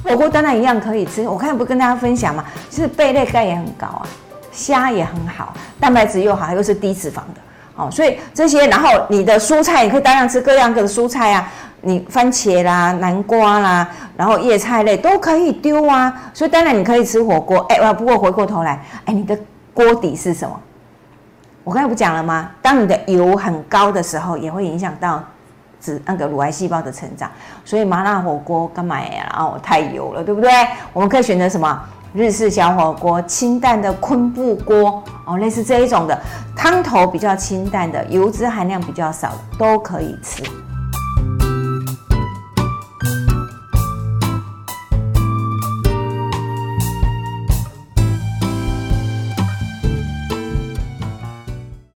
火锅当然一样可以吃。我看不跟大家分享嘛，其实贝类钙也很高啊，虾也很好，蛋白质又好，又是低脂肪的。所以这些，然后你的蔬菜，你可以大量吃各样的蔬菜啊，你番茄啦、南瓜啦，然后叶菜类都可以丢啊。所以当然你可以吃火锅，不过回过头来，你的锅底是什么？我刚才不讲了吗？当你的油很高的时候，也会影响到那个乳癌细胞的成长。所以麻辣火锅干嘛呀？太油了，对不对？我们可以选择什么？日式小火锅、清淡的昆布锅类似这一种的，汤头比较清淡的，油脂含量比较少的都可以吃。